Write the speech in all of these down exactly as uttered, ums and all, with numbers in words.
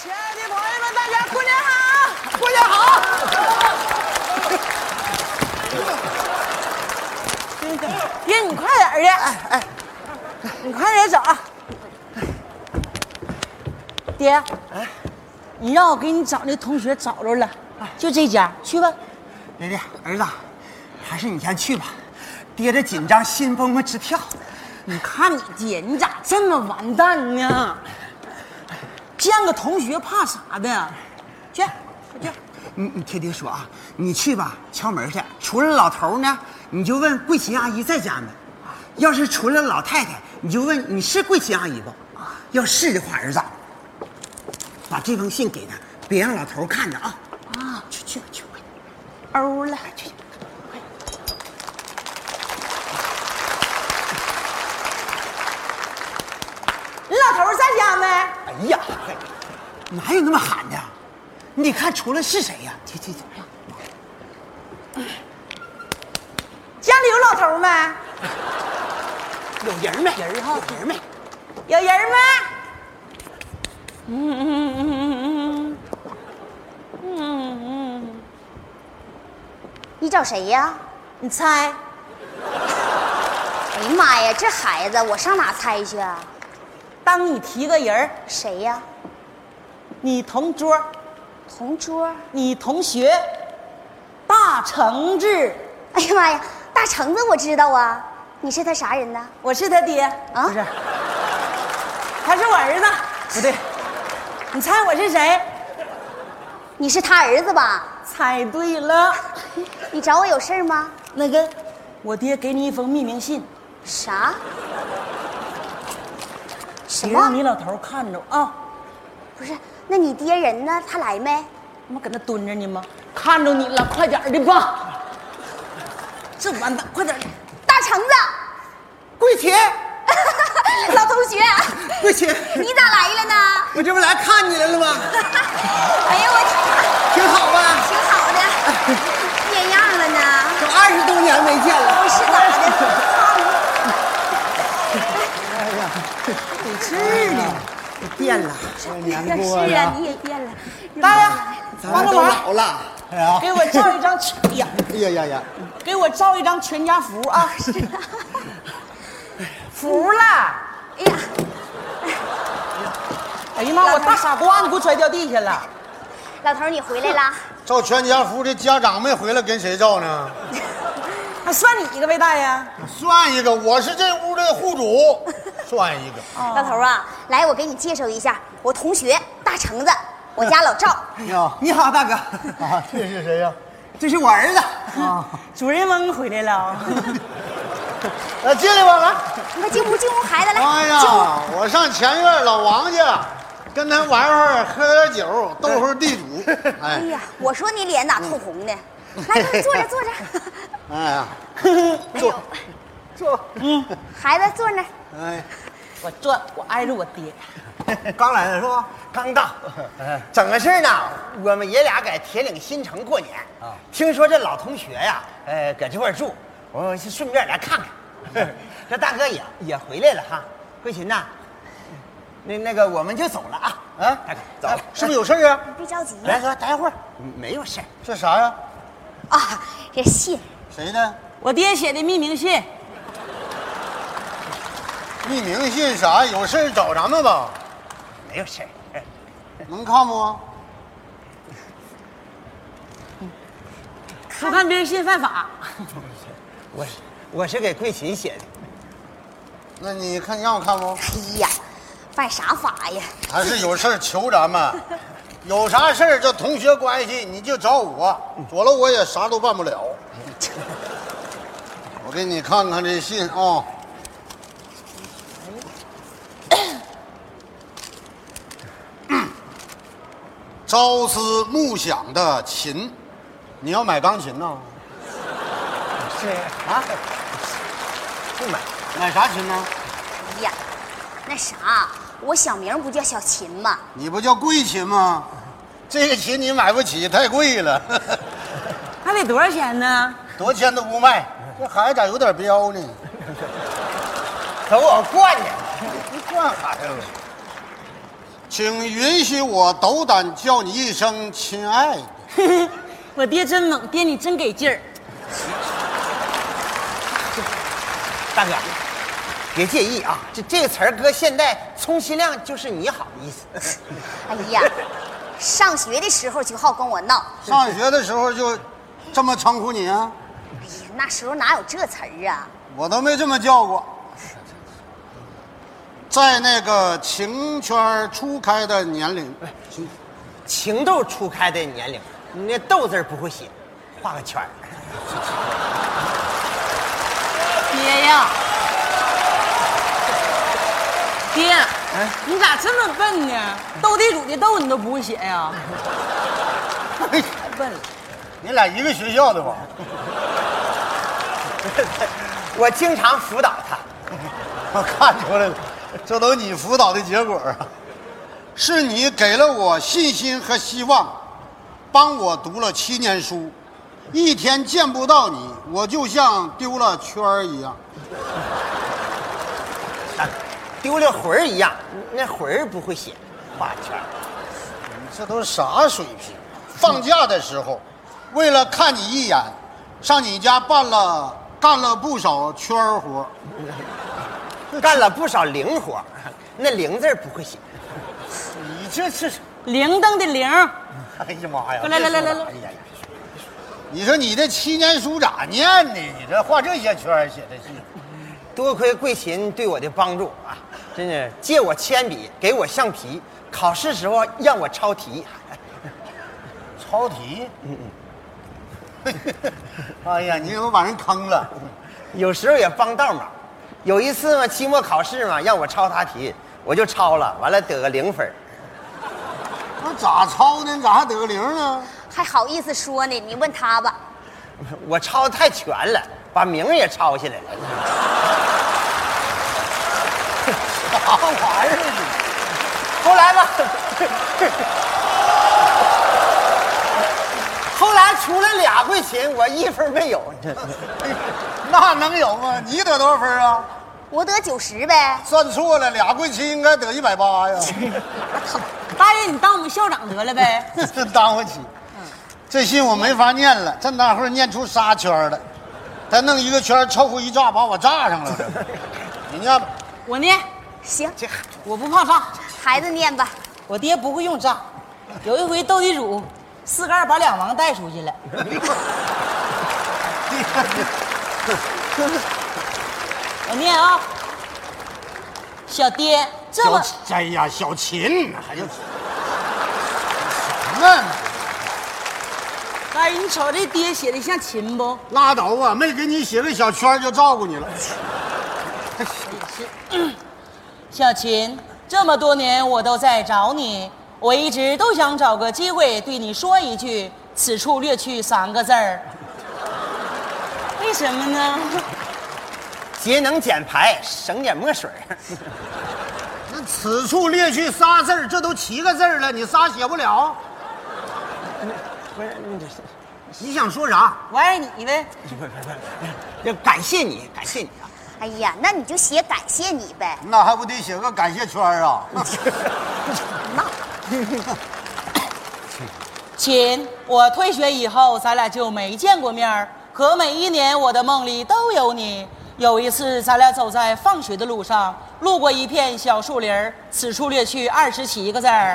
亲爱的朋友们，大家过年好！过年好！爹，你快点的！哎哎，你快点走啊！爹，哎，你让我给你找那同学找着了，就这家，去吧。 爹爹，儿子，还是你先去吧。爹这紧张，心蹦蹦直跳。 你看你爹，你咋这么完蛋呢？见个同学怕啥的？去，去。 你你听爹说啊，你去吧，敲门去。除了老头呢，你就问桂琴阿姨在家没。要是除了老太太，你就问你是桂琴阿姨不？要是的话，儿子，把这封信给他，别让老头看着啊。啊，去去去， 欧了，去。老头在家没？ 哎呀，哪有那么喊的？你看出来是谁呀？去去去！ 家里有老头没？ 有人没？ 人哈， 有人没？ 有人没？嗯嗯嗯嗯嗯嗯。 你找谁呀？ 你猜？ 哎呀妈呀，这孩子我上哪猜去啊？ 当你提个人， 谁呀？ 你同桌。 同桌， 你同学，大橙子。 哎呀妈呀，大橙子我知道啊，你是他啥人呢？ 我是他爹啊， 不是，他是我儿子。 不对， 你猜我是谁？ 你是他儿子吧？ 猜对了。 你找我有事吗？ 那个，我爹给你一封匿名信。 啥？什别让么？ 你老头看着啊！ 不是，那你爹人呢？他来没？ 那不搁那蹲着呢吗？看着你了，快点的吧！这完蛋，快点！ 大橙子， 桂琴， 老同学， 桂琴， 你咋来了呢？ 我这不来看你来了吗？ 哎呀，我挺好吧？ 挺好的，变样了呢。 都二十多年没见了。 不是咋的？ 哎呀，你是呢，变了，年过是啊， 呀。 你也变了。 大爷， 咱们都老了，哎呀， 给我照一张全，哎呀， 哎呀呀呀， 给我照一张全家福啊！福了！ 哎呀， 哎呀妈，我大傻瓜，你给我摔掉地下了！ 老头，你回来啦？ 照全家福的家长没回来，跟谁照呢？ 还算你一个呗，大爷。 算一个，我是这屋的户主，算一个。 老头啊，来，我给你介绍一下，我同学大橙子，我家老赵。 你好， 你好，大哥， 啊，这是谁呀？ 这是我儿子。 啊， 主人翁回来了。 来进来吧，来。 快进屋，进屋，孩子来。 哎进屋。 呀，我上前院老王家，跟他玩会儿，喝点酒，斗会儿地主。哎哎呀，我说你脸咋透红呢？来，来坐着，坐着。 哎呀， 坐， 坐。 嗯， 孩子坐那儿。 哎， 我坐，我挨着我爹。 刚来的是吧？刚到。整个事儿呢，我们爷俩在铁岭新城过年啊。听说这老同学呀，呃，搁这块儿住，我是顺便来看看。这大哥也也回来了哈。桂琴呐，那那个我们就走了啊。 啊， 大哥，走， 是不是有事儿啊？ 别着急来呀。 哥，待会儿。没有事儿。 这啥呀？ 啊，这信。 谁的？ 我爹写的匿名信。 匿名信啥？有事儿找咱们吧？ 没有事儿。 能看不？ 不看别人信犯法。 我是我是给桂琴写的。 那你看让我看不？ 哎呀，犯啥法呀？ 还是有事儿求咱们？有啥事儿这同学关系你就找我，左了我也啥都办不了。我给你看看这信啊。朝思暮想的琴，你要买钢琴呢？ 是啊，不买。 买啥琴呢？ 哎呀，那啥，我小名不叫小琴吗？ 你不叫贵琴吗？这个琴你买不起，太贵了。 还得多少钱呢？ 多少钱都不卖。这孩子咋有点彪呢？ 可我惯着。 你惯孩子。 请允许我斗胆叫你一声亲爱的。 我爹真猛，爹你真给劲儿。 大哥，别介意啊，这这个词儿搁现代充其量就是你好的意思。 哎呀，上学的时候就好跟我闹， 上学的时候就这么称呼你啊？ 哎呀，那时候哪有这词儿啊？ 我都没这么叫过。在那个情圈初开的年龄，情情窦初开的年龄，你那豆字不会写，画个圈儿。 爹呀，爹，你咋这么笨呢？斗地主的斗你都不会写呀？太笨了。 你俩一个学校的吧？ 我经常辅导他。 我看出来了，这都你辅导的结果啊！是你给了我信心和希望，帮我读了七年书。一天见不到你，我就像丢了圈儿一样。 大哥，丢了魂儿一样，那魂儿不会写，画圈儿。 你这都啥水平？放假的时候，为了看你一眼，上你家办了干了不少圈儿活。 干了不少零活，那零字不会写。 你这是， 铃铛的铃。 哎呀妈呀！ 来来来来来哎呀，你说你这七年书咋念呢？你这画这些圈儿写的信。 多亏桂琴对我的帮助啊，真的借我铅笔，给我橡皮，考试时候让我抄题。 抄题？嗯嗯。哎呀，你怎么把人坑了？ 有时候也帮倒忙。有一次嘛，期末考试嘛，让我抄他题，我就抄了，完了得个零分。 那咋抄呢？咋还得个零呢？ 还好意思说呢？你问他吧。 我抄的太全了，把名儿也抄下来了。 啥玩意儿？ 后来吧，后来出了俩桂琴，我一分没有。 那能有吗？你得多少分啊？ 我得九十呗。 算错了，俩桂琴应该得一百八呀。 大爷，你当我们校长得了呗？ 真当不起。这信我没法念了，这大会儿念出仨圈了，再弄一个圈凑合一炸，把我炸上了。你念吧。 我念， 行， 这我不怕炸。 孩子念吧。 我爹不会用炸。有一回斗地主，四个二把两王带出去了。我念啊，小爹这么， 小哎呀，小秦还就什么？ 哎，你瞅这爹写的像琴不？ 拉倒吧，没给你写个小圈就照顾你了。 小琴，这么多年我都在找你，我一直都想找个机会对你说一句“此处略去”三个字儿。为什么呢？ 节能减排，省点墨水。 那此处列去仨字儿，这都七个字儿了，你仨写不了？ 不是，你这是你想说啥？ 我爱你呗。 要感谢你，感谢你啊！ 哎呀，那你就写感谢你呗。 那还不得写个感谢圈啊？ 那亲，我退学以后，咱俩就没见过面儿，可每一年我的梦里都有你。有一次，咱俩走在放学的路上，路过一片小树林儿，此处略去二十七个字儿。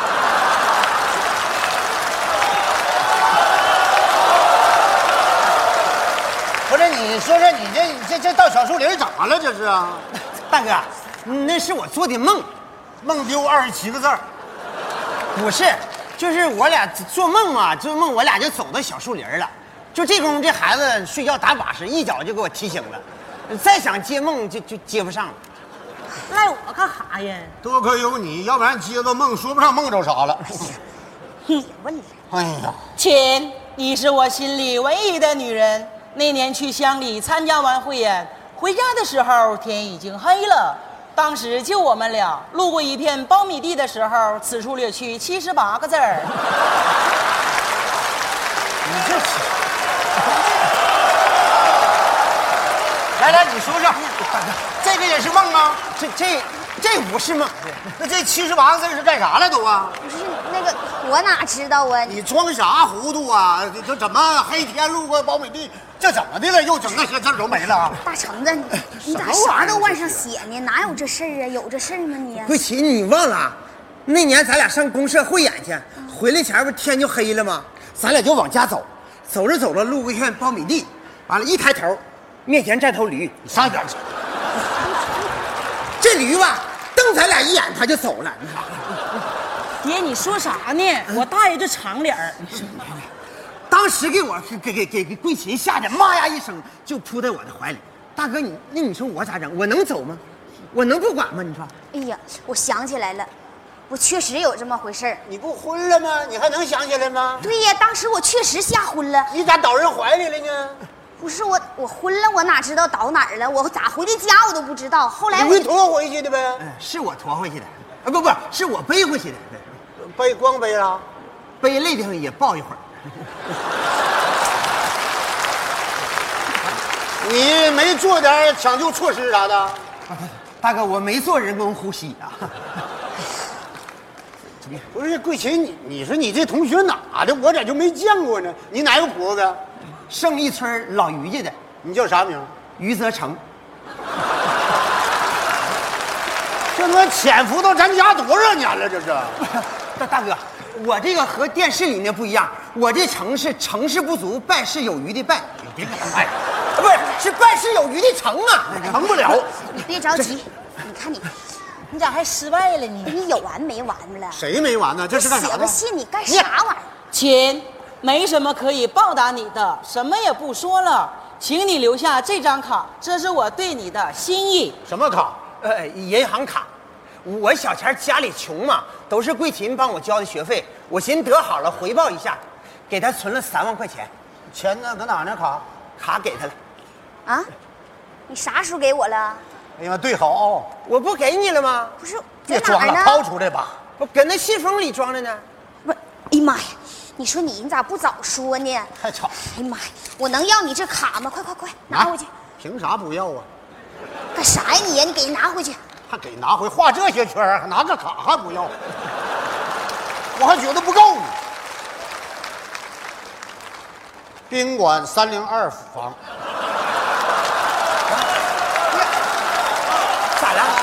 不是，你说说你这这这到小树林咋了？这是啊？ 大哥，那是我做的梦， 梦丢二十七个字儿。 不是，就是我俩做梦嘛，做梦我俩就走到小树林了，就这功夫，这孩子睡觉打把式，一脚就给我踢醒了。再想接梦就就接不上了。 赖我干啥呀？ 多亏有你，要不然接个梦说不上梦着啥了。 别问了。 哎呀， 亲，你是我心里唯一的女人。那年去乡里参加完汇演，回家的时候天已经黑了。当时就我们俩，路过一片苞米地的时候，此处略去七十八个字儿。 你这是。来来，你说说，这个也是梦吗？ 这这这不是吗？ 那这七十八个字是干啥了都啊？ 不是那个，我哪知道啊？ 你装啥糊涂啊？这这怎么黑天路过苞米地？这怎么的了？又整那些字儿都没了？ 大橙子，你你咋啥都往上写呢？哪有这事儿啊？有这事儿吗你？ 桂琴，你忘了那年咱俩上公社汇演去，回来前不天就黑了吗？咱俩就往家走，走着走着路过一片苞米地，完了，一抬头，面前站头驴， 你上一边去！ 这驴吧，瞪咱俩一眼，他就走了。 爹，你说啥呢？我大爷这长脸儿， 当时给我给给给给桂琴吓得妈呀一声，就扑在我的怀里。大哥，你那你说我咋整？我能走吗？我能不管吗？你说？ 哎呀，我想起来了，我确实有这么回事儿。 你不昏了吗？你还能想起来吗？ 对呀，当时我确实吓昏了。 你咋倒人怀里了呢？ 不是我，我昏了，我哪知道倒哪儿了？我咋回的家我都不知道。后来我你拖回去的呗？ 嗯，是我驮回去的，啊不不，是我背回去的， 背光背了， 背累的也抱一会儿。 你没做点抢救措施啥的？ 大哥，我没做人工呼吸啊。 不是桂琴，你你说你这同学哪的？我咋就没见过呢？你哪个婆的？ 胜利村老于家的， 你叫啥名？ 于泽成。 这他妈潜伏到咱家多少年了？这是。 大大哥，我这个和电视里那不一样，我这成是成事不足，败事有余的败。 你别给他卖， 不是，是败事有余的成啊， 成不了。 你别着急，你看你， 你咋还失败了呢？ 你有完没完了？ 谁没完呢？这是干啥的？ 写个信，你干啥玩意儿？ 亲，没什么可以报答你的，什么也不说了，请你留下这张卡，这是我对你的心意。 什么卡？ 呃，银行卡。我小前家里穷嘛，都是桂琴帮我交的学费，我寻得好了回报一下，给他存了三万块钱。 钱呢？搁哪呢？卡？ 卡给他了。 啊？你啥时候给我了？ 哎呀，对好哦， 我不给你了吗？ 不是， 别装了， 在哪儿呢？ 掏出来吧。 我搁那信封里装着呢。 不是，哎呀妈呀！你说你你咋不早说呢？ 太吵！ 哎呀妈呀！我能要你这卡吗？快快快，拿回去！ 凭啥不要啊？ 干啥呀你呀？你给人拿回去！ 还给拿回画这些圈儿，还拿个卡还不要？我还觉得不够呢。宾馆三零二房。 咋了？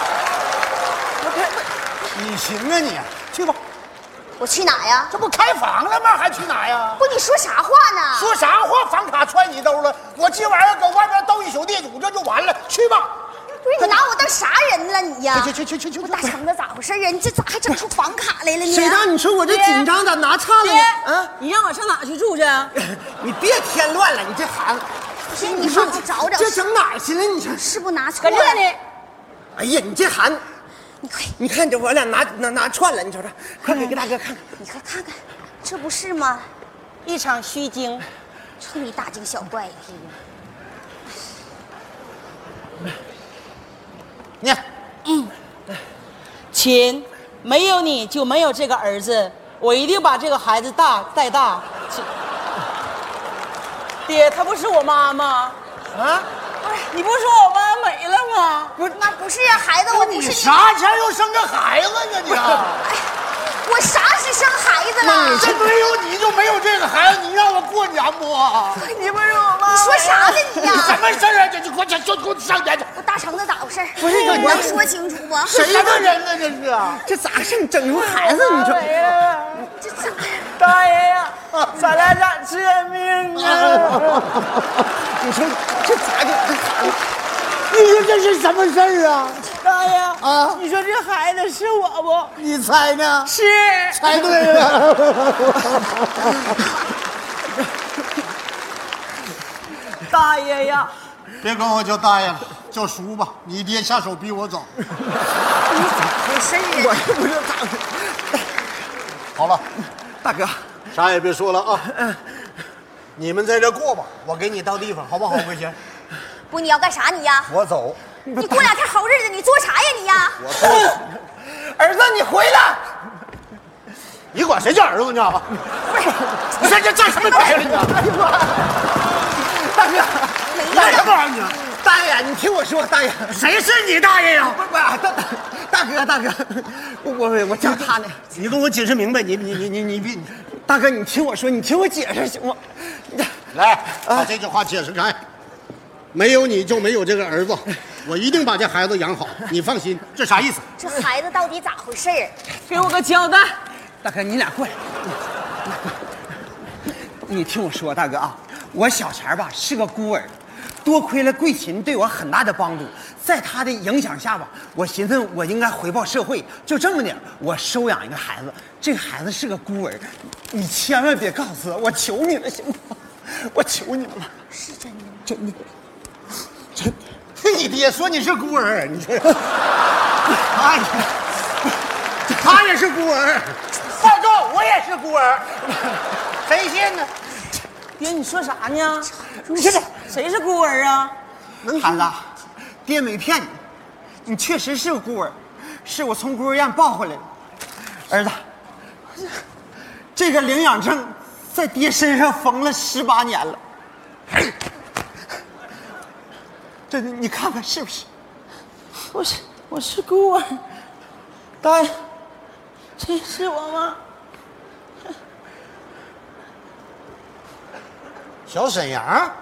你行啊你，去吧。 我去哪呀？ 这不开房了吗？还去哪呀？ 不，你说啥话呢？ 说啥话？房卡揣你兜了，我今晚上搁外边斗一宿地主，这就完了。去吧。 不是你拿我当啥人了你呀？ 去去去去去！ 我大橙子咋回事啊？你这咋还整出房卡来了呢？ 谁让你说我这紧张咋拿差了爹呢？啊， 你让我上哪去住去？ 你别添乱了，你这孩子， 不是你好好找找， 这整哪儿去了？你这是不拿错搁了？ 这呢。 哎呀，你这孩子， 你快， 你看这我俩拿拿拿串了，你瞅瞅，快给给大哥看看。 你快看看，这不是吗？ 一场虚惊。 这么一大惊小怪的。 你， 嗯，亲，没有你就没有这个儿子，我一定把这个孩子大带大。亲爹，她不是我妈吗？ 啊， 不是，你不是说我妈没了吗？ 不是，那不是啊，孩子，我不你是你。 啥前又生个孩子呢？你啊， 我啥时生孩子了？ 这没有你就没有这个孩子，你让我过年不？ 你不是我妈？ 你说啥呢你呀？ 什么事儿啊？这就给我就就给我上前去！ 我大橙子咋回事？ 不是你能说清楚不？ 这什么人呢？这是啊！ 这咋是整出孩子？你说没了， 这咋？ 大爷呀，咱俩咋这命啊？ 你说这咋就这孩子？ 你说这是什么事儿啊？ 大爷啊你说这孩子是我不？ 你猜呢？ 是。 猜对了。 大爷呀， 别管我叫大爷了，叫叔吧。你爹下手逼我走。 你咋回事啊？ 我也不知道咋。 好了， 大哥， 啥也别说了啊。你们在这过吧，我给你到地方，好不好？桂琴， 不，你要干啥你呀？ 我走。 你过两天好日子，你做啥呀你呀？ 我走。 儿子你回来！ 你管谁叫儿子呢？你这这这什么白了你？ 大哥， 干什么玩意儿你？ 大爷，你听我说，大爷， 谁是你大爷呀？ 不是不是，大大哥大哥，我我我叫他呢。 你跟我解释明白，你你你你你别， 大哥你听我说，你听我解释行吗？ 来，把这句话解释开。没有你就没有这个儿子，我一定把这孩子养好，你放心。这啥意思？ 这孩子到底咋回事儿？ 给我个交代。 大哥，你俩过来。你听我说，大哥啊，我小前吧是个孤儿，多亏了桂琴对我很大的帮助，在她的影响下吧，我寻思我应该回报社会，就这么点，我收养一个孩子。这个孩子是个孤儿，你千万别告诉他，我求你了，行吗？我求你们了。 是真的吗？ 真的。 你爹说你是孤儿，你说他也他也是孤儿，报告我也是孤儿，谁信呢？ 爹，你说啥呢？ 你这谁是孤儿啊？ 孩子，爹没骗你，你确实是个孤儿，是我从孤儿院抱回来的。儿子，这个领养证在爹身上缝了十八年了。这你看看是不是？ 我是我是孤儿，大爷，这是我吗？ 小沈阳，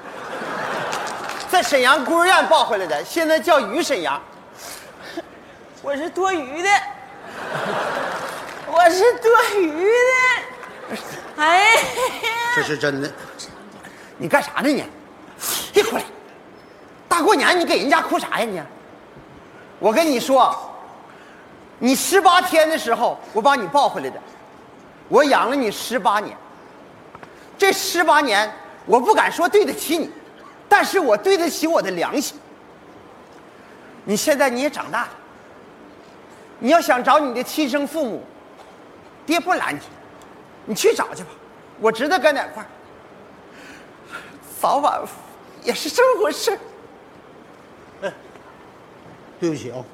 在沈阳孤儿院抱回来的，现在叫于沈阳。 我是多余的，我是多余的。哎呀， 这是真的。 你干啥呢你？别过来！大过年你给人家哭啥呀你？我跟你说，你十八天的时候我把你抱回来的，我养了你十八年。这十八年我不敢说对得起你，但是我对得起我的良心。你现在你也长大了，你要想找你的亲生父母，爹不拦你，你去找去吧，我知道搁哪块儿，早晚也是这么回事。 哎，对不起啊、哦，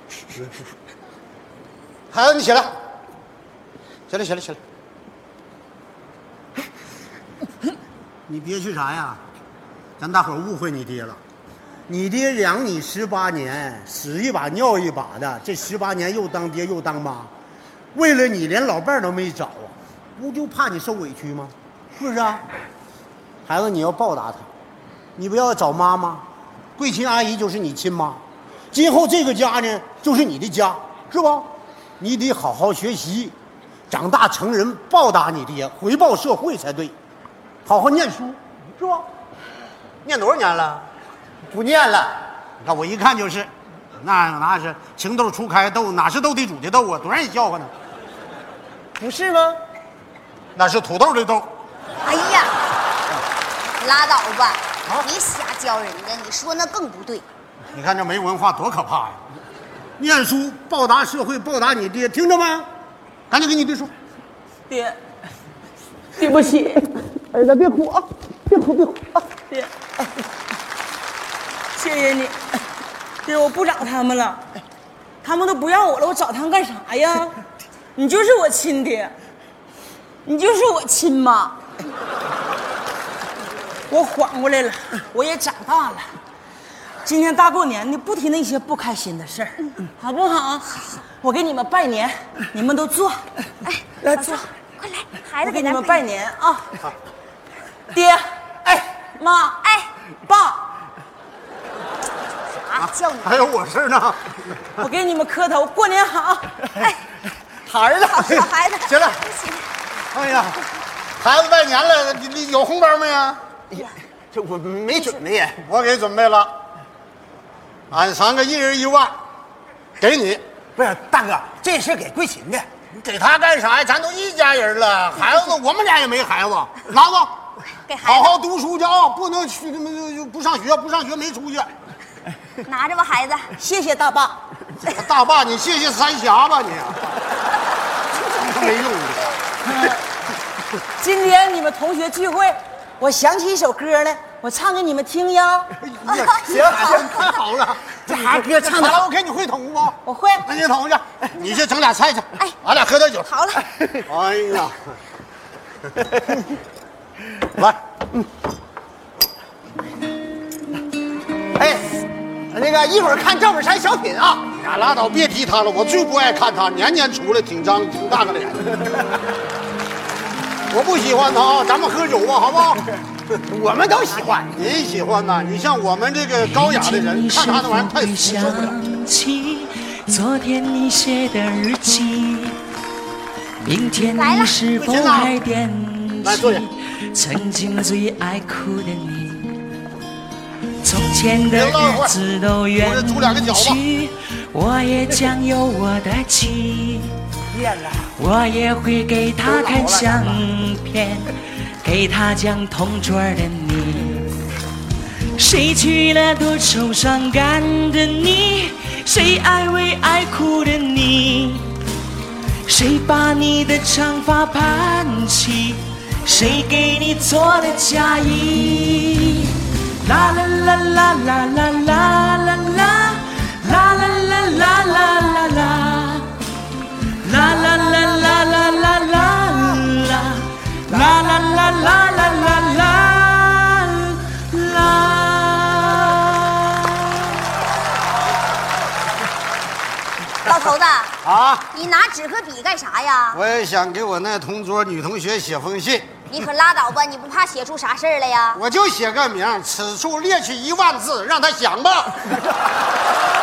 孩子你起来，起来起来起来，你憋屈啥呀？咱大伙儿误会你爹了。你爹养你十八年，屎一把尿一把的，这十八年又当爹又当妈，为了你连老伴儿都没找啊，不就怕你受委屈吗？是不是啊？孩子，你要报答他，你不要找妈妈，桂琴阿姨就是你亲妈，今后这个家呢就是你的家，是吧？你得好好学习，长大成人报答你爹，回报社会才对，好好念书，是吧？念多少年了？ 不念了。 那我一看就是，那那是情窦初开豆，哪是斗地主的斗啊？多让人笑话呢！ 不是吗？ 那是土豆的豆。 哎呀，拉倒吧，别瞎教人家，你说那更不对。 你看这没文化多可怕呀！念书报答社会，报答你爹，听着没？赶紧跟你爹说。 爹，对不起，儿子别哭啊，别哭别哭啊，爹，谢谢你，爹，我不找他们了，他们都不要我了，我找他们干啥呀？你就是我亲爹，你就是我亲妈，我缓过来了，我也长大了。今天大过年的，不提那些不开心的事儿，好不好？我给你们拜年，你们都坐， 哎， 来坐， 快来，孩我子咱给你们拜。年啊！爹，哎，妈， 哎， 爸， 啊，叫你还有我事呢。 我给你们磕头，过年好！ 哎， 好儿子， 好孩子， 行了行哎呀，孩子拜年了，你你有红包没呀？ 这我没准备呀。 我给准备了，俺三个一人一万，给你。 不是大哥，这是给桂琴的。 你给他干啥呀？咱都一家人了，孩子我们俩也没孩子，拿着， 给孩子好好读书去啊，不能去他妈不上学，不上学没出息。 拿着吧，孩子。 谢谢大爸。 大爸，你谢谢三峡吧你，没用的。 今天你们同学聚会，我想起一首歌来，我唱给你们听呀。 哎呀行，行，太好了， 这孩子歌唱的卡拉 OK 你会捅不？ 我会。 那你捅去，你去整俩菜去。 哎俺俩喝点酒。 好了， 哎呀，来， 哎，那个一会儿看赵本山小品啊。 呀，拉倒，别提他了，我最不爱看他，年年出来挺张挺大个脸。我不喜欢他啊，咱们喝酒吧，好不好？ 我们都喜欢。 你喜欢呐？你像我们这个高雅的人，看他那玩意儿太受不了。 昨天你写的日记，明天你是否还惦记曾经最爱哭的你？从前的日子都远去，我也将有我的妻。我也会给他看相片，给他讲同桌的你。谁娶了多愁善感的你？谁安慰爱哭的你？谁把你的长发盘起？谁给你做的嫁衣？啦啦啦啦啦啦啦啦啦啦啦啦啦啦啦啦。啦啦啦啦啦啦啦啦啦啦啦啦啦啦啦。 老头子啊， 你拿纸和笔干啥呀？ 我也想给我那同桌女同学写封信。 你可拉倒吧，你不怕写出啥事儿来呀？ 我就写个名，此处列去一万字，让她想吧。